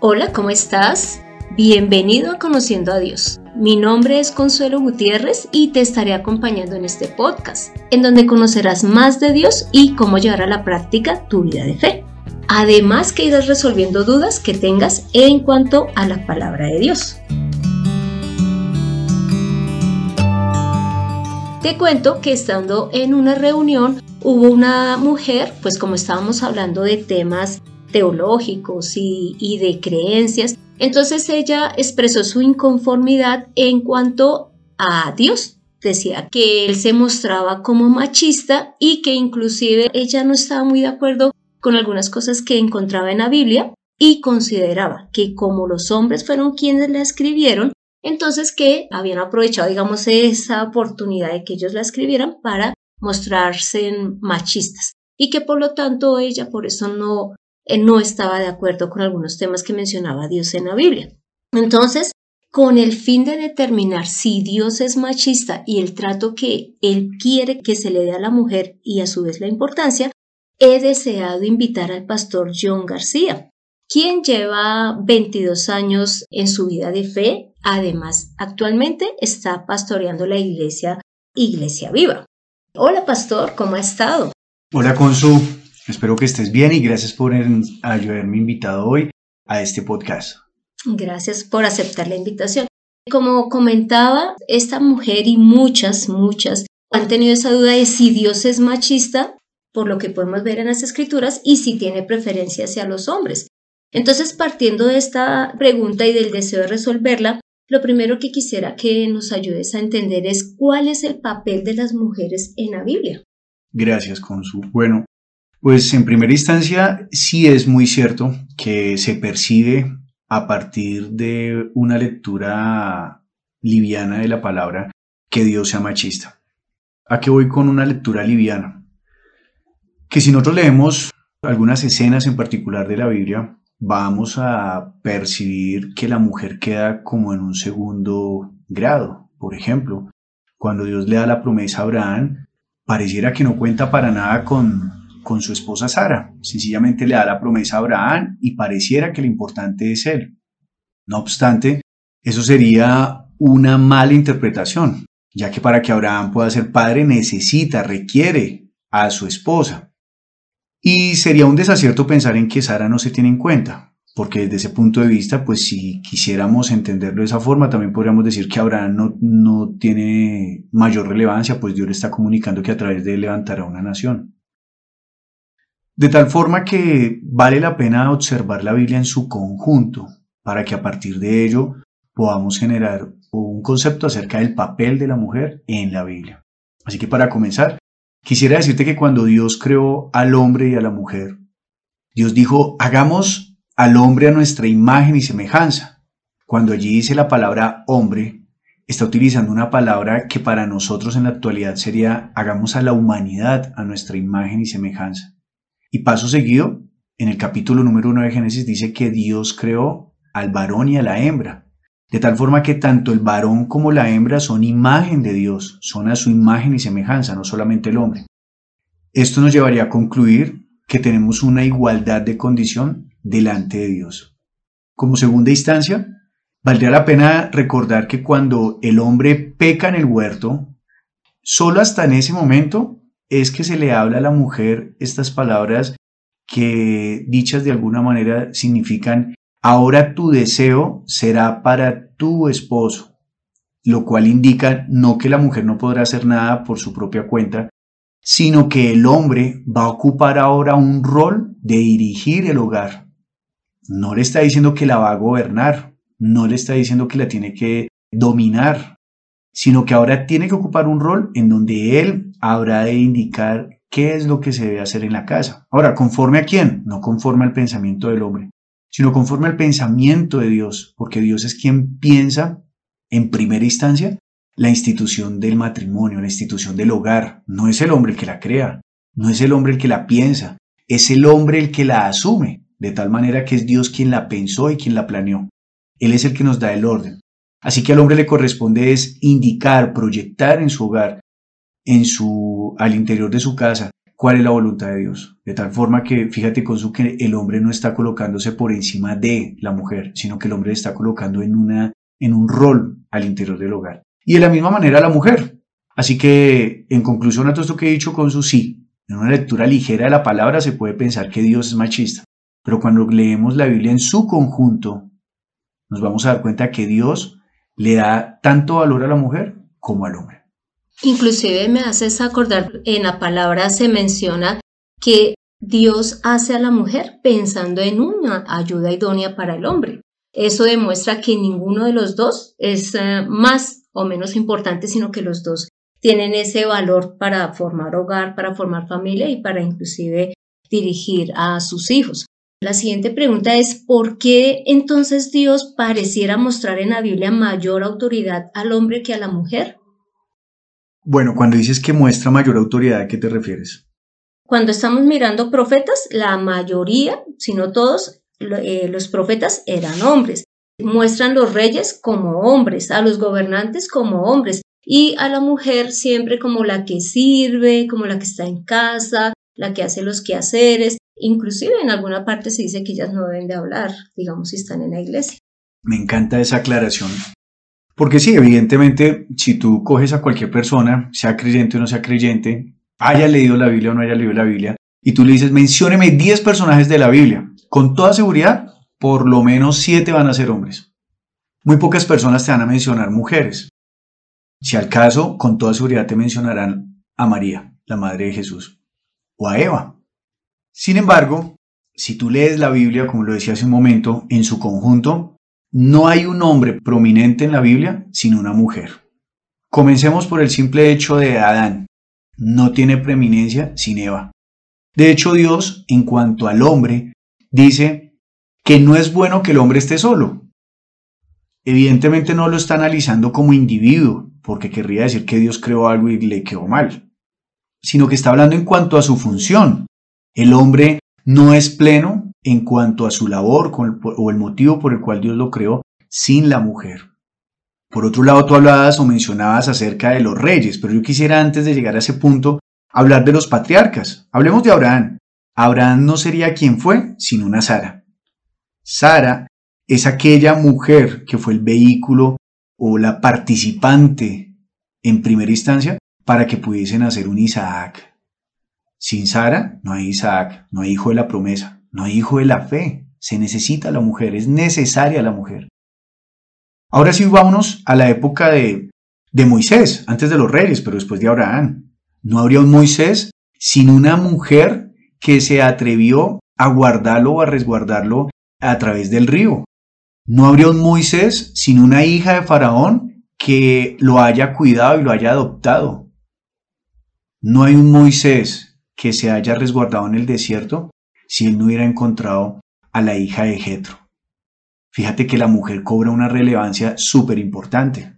Hola, ¿cómo estás? Bienvenido a Conociendo a Dios. Mi nombre es Consuelo Gutiérrez y te estaré acompañando en este podcast, en donde conocerás más de Dios y cómo llevar a la práctica tu vida de fe. Además que irás resolviendo dudas que tengas en cuanto a la palabra de Dios. Te cuento que estando en una reunión hubo una mujer, pues como estábamos hablando de temas teológicos y de creencias, entonces ella expresó su inconformidad en cuanto a Dios. Decía que él se mostraba como machista y que inclusive ella no estaba muy de acuerdo con algunas cosas que encontraba en la Biblia y consideraba que como los hombres fueron quienes la escribieron, entonces que habían aprovechado, digamos, esa oportunidad de que ellos la escribieran para mostrarse machistas y que por lo tanto ella por eso no estaba de acuerdo con algunos temas que mencionaba Dios en la Biblia. Entonces, con el fin de determinar si Dios es machista y el trato que Él quiere que se le dé a la mujer y a su vez la importancia, he deseado invitar al pastor John García, quien lleva 22 años en su vida de fe. Además, actualmente está pastoreando la Iglesia Viva. Hola, pastor, ¿cómo ha estado? Hola, Consu. Espero que estés bien y gracias por haberme invitado hoy a este podcast. Gracias por aceptar la invitación. Como comentaba, esta mujer y muchas han tenido esa duda de si Dios es machista, por lo que podemos ver en las Escrituras, y si tiene preferencia hacia los hombres. Entonces, partiendo de esta pregunta y del deseo de resolverla, lo primero que quisiera que nos ayudes a entender es cuál es el papel de las mujeres en la Biblia. Gracias, Consu. Bueno, pues en primera instancia sí es muy cierto que se percibe a partir de una lectura liviana de la palabra que Dios sea machista. ¿A qué voy con una lectura liviana? Que si nosotros leemos algunas escenas en particular de la Biblia, vamos a percibir que la mujer queda como en un segundo grado. Por ejemplo, cuando Dios le da la promesa a Abraham, pareciera que no cuenta para nada con su esposa Sara. Sencillamente le da la promesa a Abraham y pareciera que lo importante es él. No obstante, eso sería una mala interpretación, ya que para que Abraham pueda ser padre requiere a su esposa. Y sería un desacierto pensar en que Sara no se tiene en cuenta, porque desde ese punto de vista, pues si quisiéramos entenderlo de esa forma, también podríamos decir que Abraham no tiene mayor relevancia, pues Dios le está comunicando que a través de él levantará una nación. De tal forma que vale la pena observar la Biblia en su conjunto, para que a partir de ello podamos generar un concepto acerca del papel de la mujer en la Biblia. Así que para comenzar, quisiera decirte que cuando Dios creó al hombre y a la mujer, Dios dijo, hagamos al hombre a nuestra imagen y semejanza. Cuando allí dice la palabra hombre, está utilizando una palabra que para nosotros en la actualidad sería hagamos a la humanidad a nuestra imagen y semejanza. Y paso seguido, en el capítulo número 1 de Génesis dice que Dios creó al varón y a la hembra. De tal forma que tanto el varón como la hembra son imagen de Dios, son a su imagen y semejanza, no solamente el hombre. Esto nos llevaría a concluir que tenemos una igualdad de condición delante de Dios. Como segunda instancia, valdría la pena recordar que cuando el hombre peca en el huerto, solo hasta en ese momento es que se le habla a la mujer estas palabras que, dichas de alguna manera, significan ahora tu deseo será para tu esposo, lo cual indica no que la mujer no podrá hacer nada por su propia cuenta, sino que el hombre va a ocupar ahora un rol de dirigir el hogar. No le está diciendo que la va a gobernar, no le está diciendo que la tiene que dominar, sino que ahora tiene que ocupar un rol en donde él habrá de indicar qué es lo que se debe hacer en la casa. Ahora, ¿conforme a quién? No conforme al pensamiento del hombre, sino conforme al pensamiento de Dios, porque Dios es quien piensa en primera instancia la institución del matrimonio, la institución del hogar. No es el hombre el que la crea, no es el hombre el que la piensa, es el hombre el que la asume, de tal manera que es Dios quien la pensó y quien la planeó. Él es el que nos da el orden. Así que al hombre le corresponde es indicar, proyectar en su hogar, al interior de su casa, cuál es la voluntad de Dios. De tal forma que, fíjate, Consu, que el hombre no está colocándose por encima de la mujer, sino que el hombre está colocando en un rol al interior del hogar. Y de la misma manera la mujer. Así que, en conclusión a todo esto que he dicho, Consu, sí, en una lectura ligera de la palabra se puede pensar que Dios es machista. Pero cuando leemos la Biblia en su conjunto, nos vamos a dar cuenta que Dios le da tanto valor a la mujer como al hombre. Inclusive me haces acordar, en la palabra se menciona que Dios hace a la mujer pensando en una ayuda idónea para el hombre. Eso demuestra que ninguno de los dos es más o menos importante, sino que los dos tienen ese valor para formar hogar, para formar familia y para inclusive dirigir a sus hijos. La siguiente pregunta es, ¿por qué entonces Dios pareciera mostrar en la Biblia mayor autoridad al hombre que a la mujer? Bueno, cuando dices que muestra mayor autoridad, ¿a qué te refieres? Cuando estamos mirando profetas, la mayoría, si no todos, los profetas eran hombres. Muestran los reyes como hombres, a los gobernantes como hombres y a la mujer siempre como la que sirve, como la que está en casa, la que hace los quehaceres. Inclusive en alguna parte se dice que ellas no deben de hablar, digamos, si están en la iglesia. Me encanta esa aclaración. Porque sí, evidentemente, si tú coges a cualquier persona, sea creyente o no sea creyente, haya leído la Biblia o no haya leído la Biblia, y tú le dices, mencióneme 10 personajes de la Biblia, con toda seguridad, por lo menos 7 van a ser hombres. Muy pocas personas te van a mencionar mujeres. Si al caso, con toda seguridad te mencionarán a María, la madre de Jesús, o a Eva. Sin embargo, si tú lees la Biblia, como lo decía hace un momento, en su conjunto, no hay un hombre prominente en la Biblia sin una mujer. Comencemos por el simple hecho de Adán. No tiene preeminencia sin Eva. De hecho, Dios, en cuanto al hombre, dice que no es bueno que el hombre esté solo. Evidentemente no lo está analizando como individuo, porque querría decir que Dios creó algo y le quedó mal, sino que está hablando en cuanto a su función. El hombre no es pleno en cuanto a su labor o el motivo por el cual Dios lo creó sin la mujer. Por otro lado, tú hablabas o mencionabas acerca de los reyes, pero yo quisiera antes de llegar a ese punto hablar de los patriarcas. Hablemos de Abraham. Abraham no sería quien fue, sino una Sara. Sara es aquella mujer que fue el vehículo o la participante en primera instancia para que pudiesen hacer un Isaac. Sin Sara no hay Isaac, no hay hijo de la promesa, no hay hijo de la fe. Se necesita la mujer, es necesaria la mujer. Ahora sí, vámonos a la época de Moisés, antes de los reyes, pero después de Abraham. No habría un Moisés sin una mujer que se atrevió a guardarlo o a resguardarlo a través del río. No habría un Moisés sin una hija de Faraón que lo haya cuidado y lo haya adoptado. No hay un Moisés que se haya resguardado en el desierto si él no hubiera encontrado a la hija de Jetro. Fíjate que la mujer cobra una relevancia súper importante.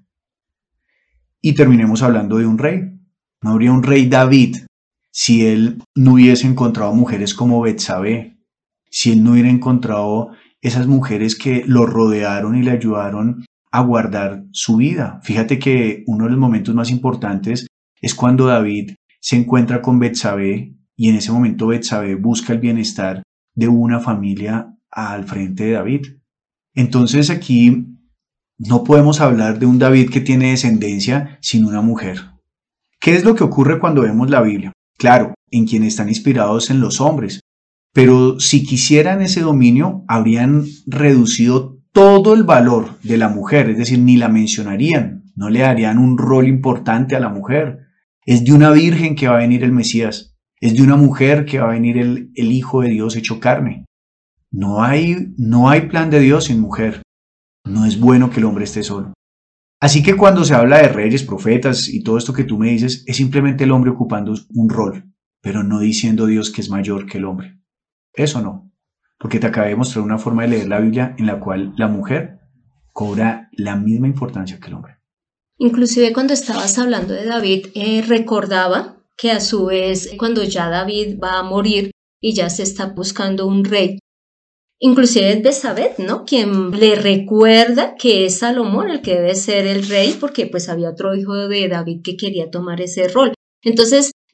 Y terminemos hablando de un rey. No habría un rey David si él no hubiese encontrado mujeres como Betsabé, si él no hubiera encontrado esas mujeres que lo rodearon y le ayudaron a guardar su vida. Fíjate que uno de los momentos más importantes es cuando David se encuentra con Betsabé y en ese momento Betsabé busca el bienestar de una familia al frente de David. Entonces aquí no podemos hablar de un David que tiene descendencia sin una mujer. ¿Qué es lo que ocurre cuando vemos la Biblia? Claro, en quienes están inspirados en los hombres, pero si quisieran ese dominio, habrían reducido todo el valor de la mujer, es decir, ni la mencionarían, no le darían un rol importante a la mujer. Es de una virgen que va a venir el Mesías, es de una mujer que va a venir el Hijo de Dios hecho carne. No hay plan de Dios sin mujer. No es bueno que el hombre esté solo. Así que cuando se habla de reyes, profetas y todo esto que tú me dices, es simplemente el hombre ocupando un rol, pero no diciendo Dios que es mayor que el hombre. Eso no, porque te acabé de mostrar una forma de leer la Biblia en la cual la mujer cobra la misma importancia que el hombre. Inclusive cuando estabas hablando de David, recordaba que a su vez cuando ya David va a morir y ya se está buscando un rey, inclusive es Betsabé, ¿no? Quien le recuerda que es Salomón el que debe ser el rey porque pues había otro hijo de David que quería tomar ese rol. Entonces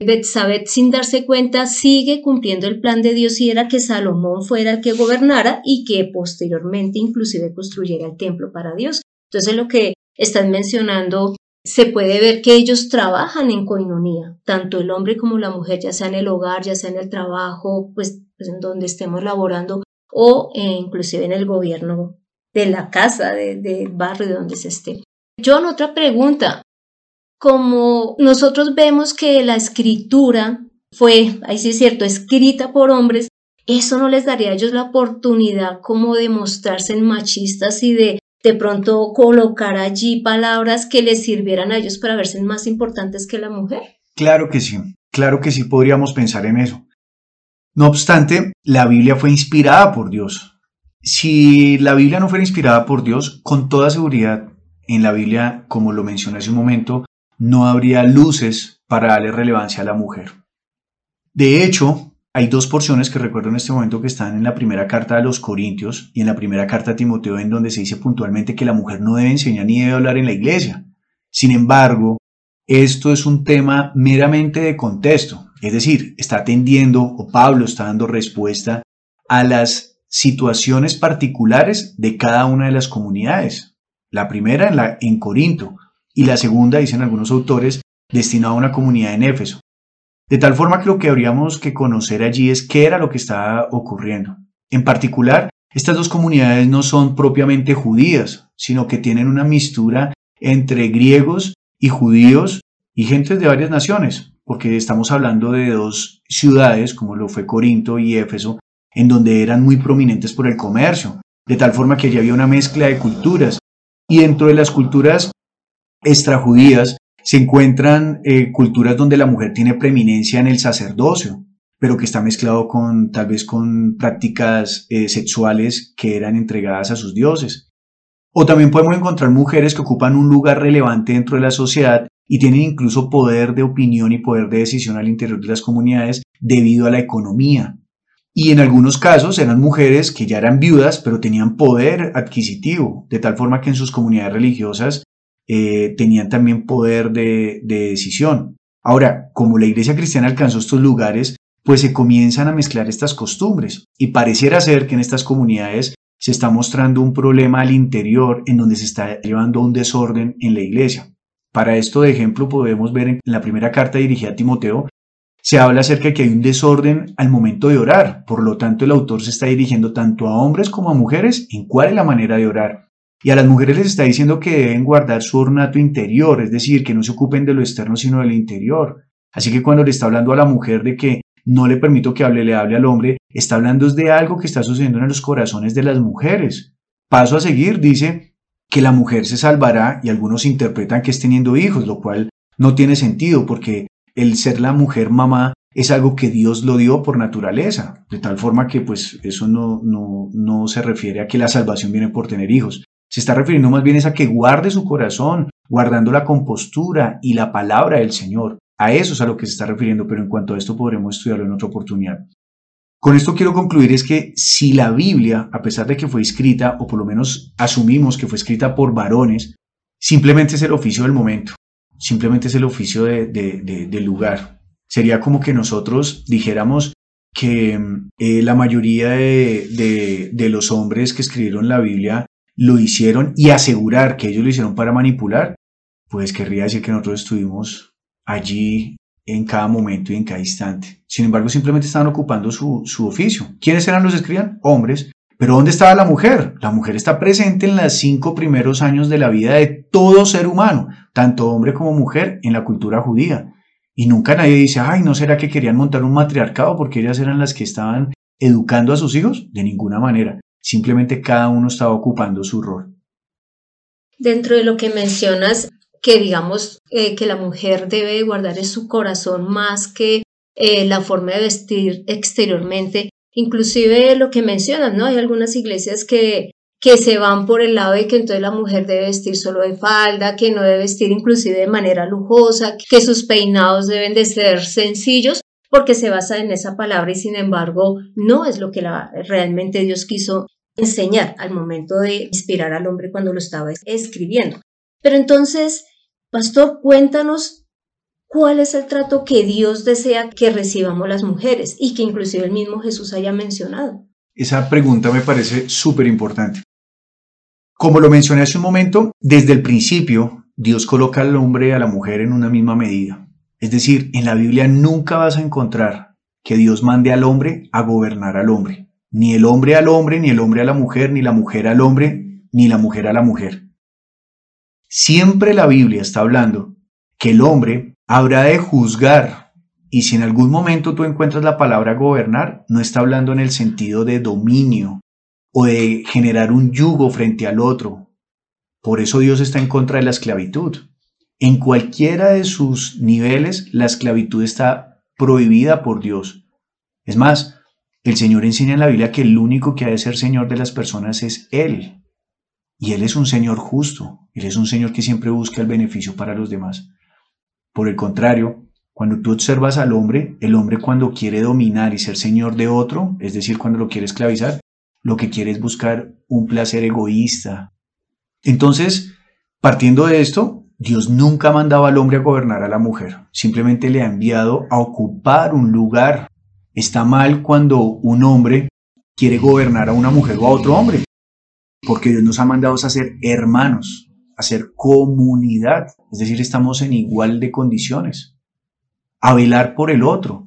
Betsabé, sin darse cuenta, sigue cumpliendo el plan de Dios y era que Salomón fuera el que gobernara y que posteriormente inclusive construyera el templo para Dios. Entonces lo que están mencionando, se puede ver que ellos trabajan en coinonía, tanto el hombre como la mujer, ya sea en el hogar, ya sea en el trabajo, pues en donde estemos laborando o inclusive en el gobierno de la casa, del barrio de donde se esté. John, otra pregunta. Como nosotros vemos que la escritura fue, ahí sí es cierto, escrita por hombres, ¿eso no les daría a ellos la oportunidad como de mostrarse machistas y de pronto colocar allí palabras que les sirvieran a ellos para verse más importantes que la mujer? Claro que sí podríamos pensar en eso. No obstante, la Biblia fue inspirada por Dios. Si la Biblia no fuera inspirada por Dios, con toda seguridad, en la Biblia, como lo mencioné hace un momento, no habría luces para darle relevancia a la mujer. De hecho, hay dos porciones que recuerdo en este momento que están en la primera carta de los Corintios y en la primera carta a Timoteo, en donde se dice puntualmente que la mujer no debe enseñar ni debe hablar en la iglesia. Sin embargo, esto es un tema meramente de contexto, es decir, está atendiendo, o Pablo está dando respuesta a las situaciones particulares de cada una de las comunidades. La primera en Corinto y la segunda, dicen algunos autores, destinada a una comunidad en Éfeso. De tal forma que lo que habríamos que conocer allí es qué era lo que estaba ocurriendo. En particular, estas dos comunidades no son propiamente judías, sino que tienen una mixtura entre griegos y judíos y gentes de varias naciones, porque estamos hablando de dos ciudades, como lo fue Corinto y Éfeso, en donde eran muy prominentes por el comercio, de tal forma que allí había una mezcla de culturas. Y dentro de las culturas extrajudías se encuentran culturas donde la mujer tiene preeminencia en el sacerdocio, pero que está mezclado tal vez con prácticas sexuales que eran entregadas a sus dioses. O también podemos encontrar mujeres que ocupan un lugar relevante dentro de la sociedad y tienen incluso poder de opinión y poder de decisión al interior de las comunidades debido a la economía. Y en algunos casos eran mujeres que ya eran viudas, pero tenían poder adquisitivo, de tal forma que en sus comunidades religiosas tenían también poder de decisión. Ahora, como la iglesia cristiana alcanzó estos lugares, pues se comienzan a mezclar estas costumbres y pareciera ser que en estas comunidades se está mostrando un problema al interior en donde se está llevando un desorden en la iglesia. Para esto, de ejemplo, podemos ver en la primera carta dirigida a Timoteo, se habla acerca de que hay un desorden al momento de orar. Por lo tanto, el autor se está dirigiendo tanto a hombres como a mujeres en cuál es la manera de orar. Y a las mujeres les está diciendo que deben guardar su ornato interior, es decir, que no se ocupen de lo externo sino del interior. Así que cuando le está hablando a la mujer de que no le permito que le hable al hombre, está hablando de algo que está sucediendo en los corazones de las mujeres. Paso a seguir, dice que la mujer se salvará y algunos interpretan que es teniendo hijos, lo cual no tiene sentido porque el ser la mujer mamá es algo que Dios lo dio por naturaleza, de tal forma que pues eso no se refiere a que la salvación viene por tener hijos. Se está refiriendo más bien es a que guarde su corazón, guardando la compostura y la palabra del Señor. A eso es a lo que se está refiriendo, pero en cuanto a esto podremos estudiarlo en otra oportunidad. Con esto quiero concluir es que si la Biblia, a pesar de que fue escrita, o por lo menos asumimos que fue escrita por varones, simplemente es el oficio del momento, simplemente es el oficio del lugar. Sería como que nosotros dijéramos que la mayoría de los hombres que escribieron la Biblia lo hicieron y asegurar que ellos lo hicieron para manipular, pues querría decir que nosotros estuvimos allí en cada momento y en cada instante. Sin embargo, simplemente estaban ocupando su oficio. ¿Quiénes eran los que escribían? Hombres. Pero ¿dónde estaba la mujer? La mujer está presente en los 5 primeros años de la vida de todo ser humano, tanto hombre como mujer, en la cultura judía. Y nunca nadie dice, ay, ¿no será que querían montar un matriarcado porque ellas eran las que estaban educando a sus hijos? De ninguna manera. Simplemente cada uno estaba ocupando su rol. Dentro de lo que mencionas, que digamos que la mujer debe guardar en su corazón más que la forma de vestir exteriormente, inclusive lo que mencionas, ¿no? Hay algunas iglesias que se van por el lado de que entonces la mujer debe vestir solo de falda, que no debe vestir inclusive de manera lujosa, que sus peinados deben de ser sencillos, porque se basa en esa palabra y sin embargo no es lo que realmente Dios quiso enseñar al momento de inspirar al hombre cuando lo estaba escribiendo. Pero entonces, pastor, cuéntanos ¿cuál es el trato que Dios desea que recibamos las mujeres y que inclusive el mismo Jesús haya mencionado? Esa pregunta me parece súper importante. Como lo mencioné hace un momento, desde el principio Dios coloca al hombre y a la mujer en una misma medida. Es decir, en la Biblia nunca vas a encontrar que Dios mande al hombre a gobernar al hombre. Ni el hombre al hombre, ni el hombre a la mujer, ni la mujer al hombre, ni la mujer a la mujer. Siempre la Biblia está hablando que el hombre habrá de juzgar, y si en algún momento tú encuentras la palabra gobernar, no está hablando en el sentido de dominio o de generar un yugo frente al otro. Por eso Dios está en contra de la esclavitud. En cualquiera de sus niveles, la esclavitud está prohibida por Dios. Es más, el Señor enseña en la Biblia que el único que ha de ser Señor de las personas es Él. Y Él es un Señor justo. Él es un Señor que siempre busca el beneficio para los demás. Por el contrario, cuando tú observas al hombre, el hombre cuando quiere dominar y ser Señor de otro, es decir, cuando lo quiere esclavizar, lo que quiere es buscar un placer egoísta. Entonces, partiendo de esto, Dios nunca ha mandado al hombre a gobernar a la mujer, simplemente le ha enviado a ocupar un lugar. Está mal cuando un hombre quiere gobernar a una mujer o a otro hombre, porque Dios nos ha mandado a ser hermanos, a ser comunidad, es decir, estamos en igual de condiciones, a velar por el otro.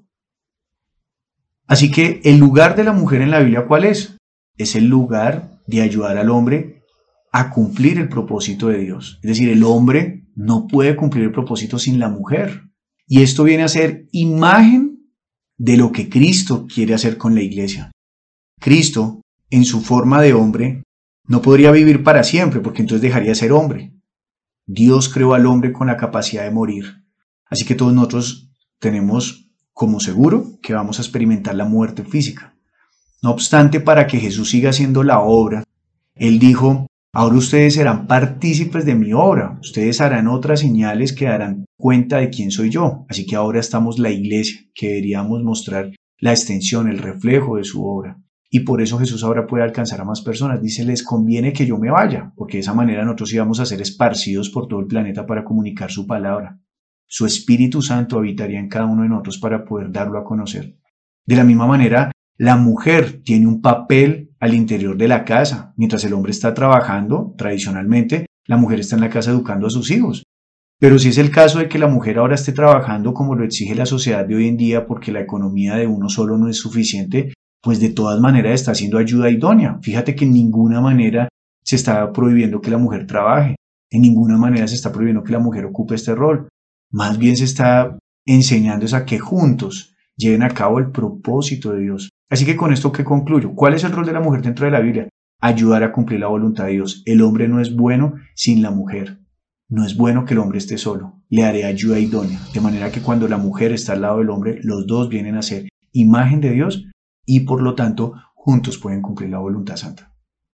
Así que el lugar de la mujer en la Biblia, ¿cuál es? Es el lugar de ayudar al hombre a cumplir el propósito de Dios. Es decir, el hombre no puede cumplir el propósito sin la mujer. Y esto viene a ser imagen de lo que Cristo quiere hacer con la iglesia. Cristo, en su forma de hombre, no podría vivir para siempre, porque entonces dejaría de ser hombre. Dios creó al hombre con la capacidad de morir. Así que todos nosotros tenemos como seguro que vamos a experimentar la muerte física. No obstante, para que Jesús siga haciendo la obra, Él dijo: ahora ustedes serán partícipes de mi obra, ustedes harán otras señales que darán cuenta de quién soy yo. Así que ahora estamos la iglesia, que deberíamos mostrar la extensión, el reflejo de su obra. Y por eso Jesús ahora puede alcanzar a más personas. Dice: les conviene que yo me vaya, porque de esa manera nosotros íbamos a ser esparcidos por todo el planeta para comunicar su palabra. Su Espíritu Santo habitaría en cada uno de nosotros para poder darlo a conocer. De la misma manera, la mujer tiene un papel al interior de la casa. Mientras el hombre está trabajando, tradicionalmente, la mujer está en la casa educando a sus hijos. Pero si es el caso de que la mujer ahora esté trabajando como lo exige la sociedad de hoy en día, porque la economía de uno solo no es suficiente, pues de todas maneras está haciendo ayuda idónea. Fíjate que en ninguna manera se está prohibiendo que la mujer trabaje. En ninguna manera se está prohibiendo que la mujer ocupe este rol. Más bien se está enseñando a que juntos lleven a cabo el propósito de Dios. Así que con esto, ¿qué concluyo? ¿Cuál es el rol de la mujer dentro de la Biblia? Ayudar a cumplir la voluntad de Dios. El hombre no es bueno sin la mujer. No es bueno que el hombre esté solo. Le haré ayuda idónea. De manera que cuando la mujer está al lado del hombre, los dos vienen a ser imagen de Dios y por lo tanto juntos pueden cumplir la voluntad santa.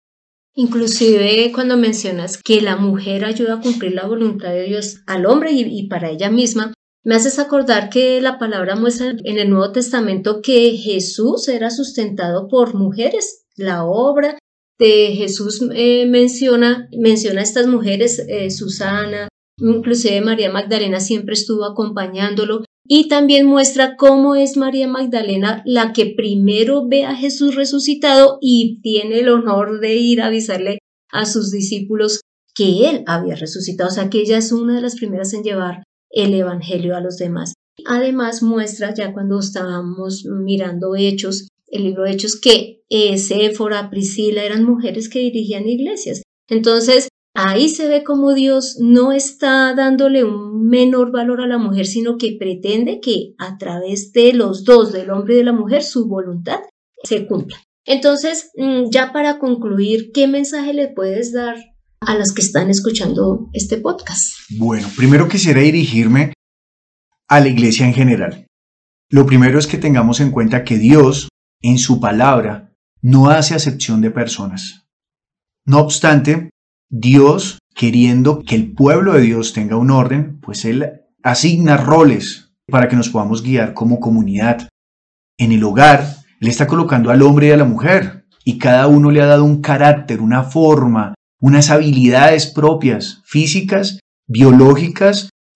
Inclusive cuando mencionas que la mujer ayuda a cumplir la voluntad de Dios al hombre y para ella misma, me haces acordar que la palabra muestra en el Nuevo Testamento que Jesús era sustentado por mujeres. La obra de Jesús menciona a estas mujeres, Susana, inclusive María Magdalena siempre estuvo acompañándolo, y también muestra cómo es María Magdalena la que primero ve a Jesús resucitado y tiene el honor de ir a avisarle a sus discípulos que él había resucitado. O sea que ella es una de las primeras en llevar el evangelio a los demás. Además muestra, ya cuando estábamos mirando Hechos, el libro de Hechos, que Séfora, Priscila eran mujeres que dirigían iglesias. Entonces ahí se ve cómo Dios no está dándole un menor valor a la mujer, sino que pretende que a través de los dos, del hombre y de la mujer, su voluntad se cumpla. Entonces, ya para concluir, ¿qué mensaje le puedes dar a las que están escuchando este podcast? Bueno, primero quisiera dirigirme a la iglesia en general. Lo primero es que tengamos en cuenta que Dios, en su palabra, no hace acepción de personas. No obstante, Dios, queriendo que el pueblo de Dios tenga un orden, pues Él asigna roles para que nos podamos guiar como comunidad. En el hogar, Él está colocando al hombre y a la mujer, y cada uno le ha dado un carácter, una forma, unas habilidades propias, físicas, biológicas,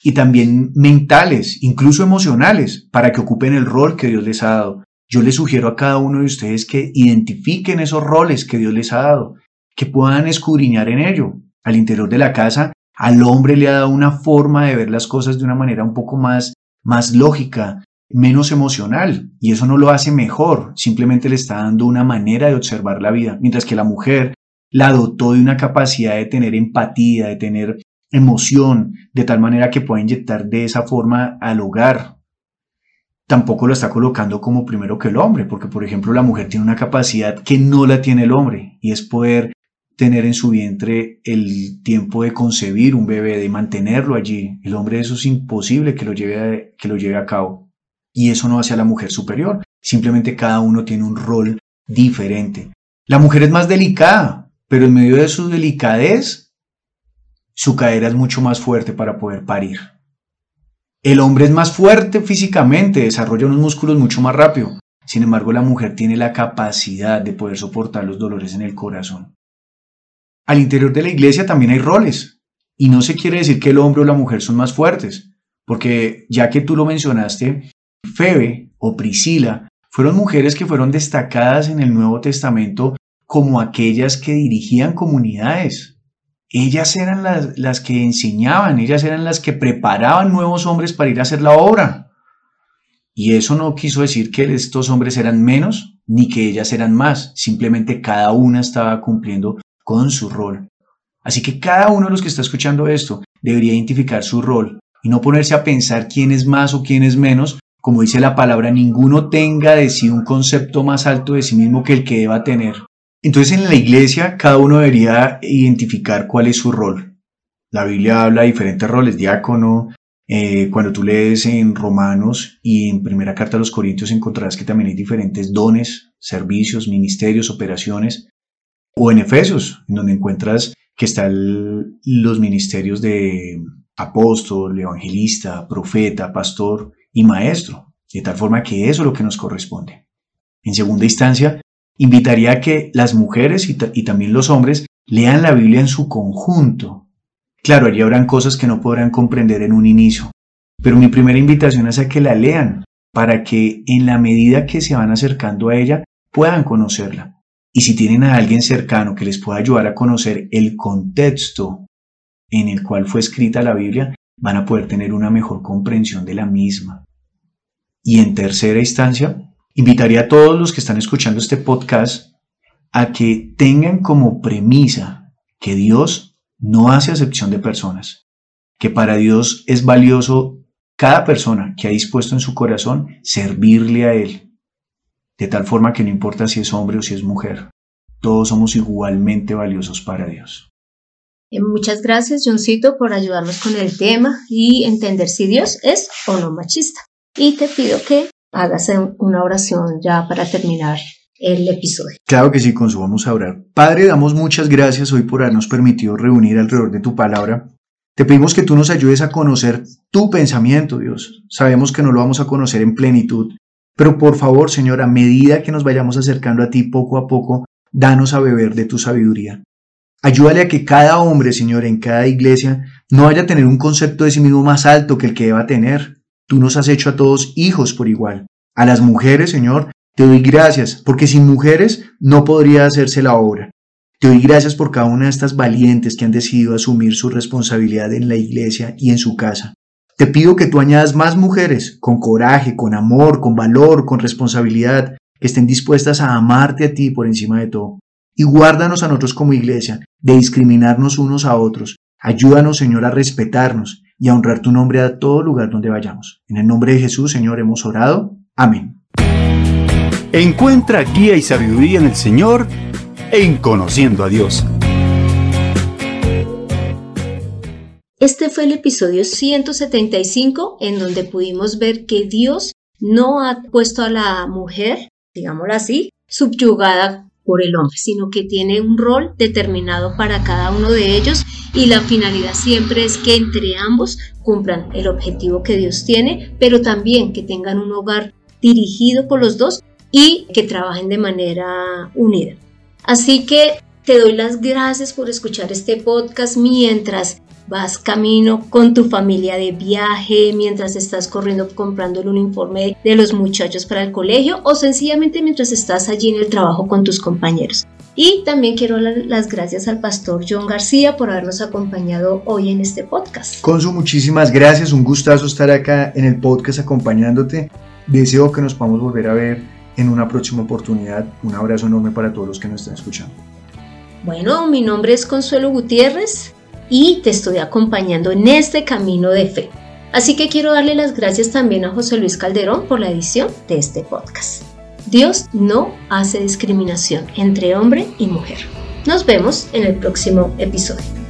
y también mentales, incluso emocionales, para que ocupen el rol que Dios les ha dado. Yo les sugiero a cada uno de ustedes que identifiquen esos roles que Dios les ha dado, que puedan escudriñar en ello. Al interior de la casa, al hombre le ha dado una forma de ver las cosas de una manera un poco más lógica, menos emocional, y eso no lo hace mejor, simplemente le está dando una manera de observar la vida, mientras que la mujer la dotó de una capacidad de tener empatía, de tener emoción, de tal manera que pueda inyectar de esa forma al hogar. Tampoco lo está colocando como primero que el hombre, porque por ejemplo la mujer tiene una capacidad que no la tiene el hombre, y es poder tener en su vientre el tiempo de concebir un bebé, de mantenerlo allí. El hombre, eso es imposible que lo lleve a cabo. Y eso no hace a la mujer superior, simplemente cada uno tiene un rol diferente. La mujer es más delicada, pero en medio de su delicadez, su cadera es mucho más fuerte para poder parir. El hombre es más fuerte físicamente, desarrolla unos músculos mucho más rápido. Sin embargo, la mujer tiene la capacidad de poder soportar los dolores en el corazón. Al interior de la iglesia también hay roles, y no se quiere decir que el hombre o la mujer son más fuertes, porque ya que tú lo mencionaste, Febe o Priscila fueron mujeres que fueron destacadas en el Nuevo Testamento como aquellas que dirigían comunidades. Ellas eran las que enseñaban, ellas eran las que preparaban nuevos hombres para ir a hacer la obra. Y eso no quiso decir que estos hombres eran menos, ni que ellas eran más, simplemente cada una estaba cumpliendo con su rol. Así que cada uno de los que está escuchando esto debería identificar su rol y no ponerse a pensar quién es más o quién es menos. Como dice la palabra, ninguno tenga de sí un concepto más alto de sí mismo que el que deba tener. Entonces en la iglesia cada uno debería identificar cuál es su rol. La Biblia habla de diferentes roles, diácono. Cuando tú lees en Romanos y en primera carta a los Corintios encontrarás que también hay diferentes dones, servicios, ministerios, operaciones. O en Efesios, en donde encuentras que están los ministerios de apóstol, evangelista, profeta, pastor y maestro, de tal forma que eso es lo que nos corresponde. En segunda instancia, invitaría a que las mujeres y también los hombres lean la Biblia en su conjunto. Claro, allí habrán cosas que no podrán comprender en un inicio, pero mi primera invitación es a que la lean, para que en la medida que se van acercando a ella, puedan conocerla. Y si tienen a alguien cercano que les pueda ayudar a conocer el contexto en el cual fue escrita la Biblia, van a poder tener una mejor comprensión de la misma. Y en tercera instancia, invitaría a todos los que están escuchando este podcast a que tengan como premisa que Dios no hace acepción de personas, que para Dios es valioso cada persona que ha dispuesto en su corazón servirle a Él. De tal forma que no importa si es hombre o si es mujer, todos somos igualmente valiosos para Dios. Muchas gracias, Johncito, por ayudarnos con el tema y entender si Dios es o no machista. Y te pido que hagas una oración ya para terminar el episodio. Claro que sí, Consu, vamos a orar. Padre, damos muchas gracias hoy por habernos permitido reunir alrededor de tu palabra. Te pedimos que tú nos ayudes a conocer tu pensamiento, Dios. Sabemos que no lo vamos a conocer en plenitud, pero por favor, Señor, a medida que nos vayamos acercando a ti poco a poco, danos a beber de tu sabiduría. Ayúdale a que cada hombre, Señor, en cada iglesia, no vaya a tener un concepto de sí mismo más alto que el que deba tener. Tú nos has hecho a todos hijos por igual. A las mujeres, Señor, te doy gracias, porque sin mujeres no podría hacerse la obra. Te doy gracias por cada una de estas valientes que han decidido asumir su responsabilidad en la iglesia y en su casa. Te pido que tú añadas más mujeres con coraje, con amor, con valor, con responsabilidad, que estén dispuestas a amarte a ti por encima de todo. Y guárdanos a nosotros como iglesia de discriminarnos unos a otros. Ayúdanos, Señor, a respetarnos y a honrar tu nombre a todo lugar donde vayamos. En el nombre de Jesús, Señor, hemos orado. Amén. Encuentra guía y sabiduría en el Señor en Conociendo a Dios. Este fue el episodio 175 en donde pudimos ver que Dios no ha puesto a la mujer, digámoslo así, subyugada por el hombre, sino que tiene un rol determinado para cada uno de ellos y la finalidad siempre es que entre ambos cumplan el objetivo que Dios tiene, pero también que tengan un hogar dirigido por los dos y que trabajen de manera unida. Así que te doy las gracias por escuchar este podcast mientras vas camino con tu familia de viaje, mientras estás corriendo comprando el uniforme de los muchachos para el colegio o sencillamente mientras estás allí en el trabajo con tus compañeros. Y también quiero dar las gracias al pastor John García por habernos acompañado hoy en este podcast. Consu, muchísimas gracias, un gustazo estar acá en el podcast acompañándote. Deseo que nos podamos volver a ver en una próxima oportunidad. Un abrazo enorme para todos los que nos están escuchando. Bueno, mi nombre es Consuelo Gutiérrez y te estoy acompañando en este camino de fe. Así que quiero darle las gracias también a José Luis Calderón por la edición de este podcast. Dios no hace discriminación entre hombre y mujer. Nos vemos en el próximo episodio.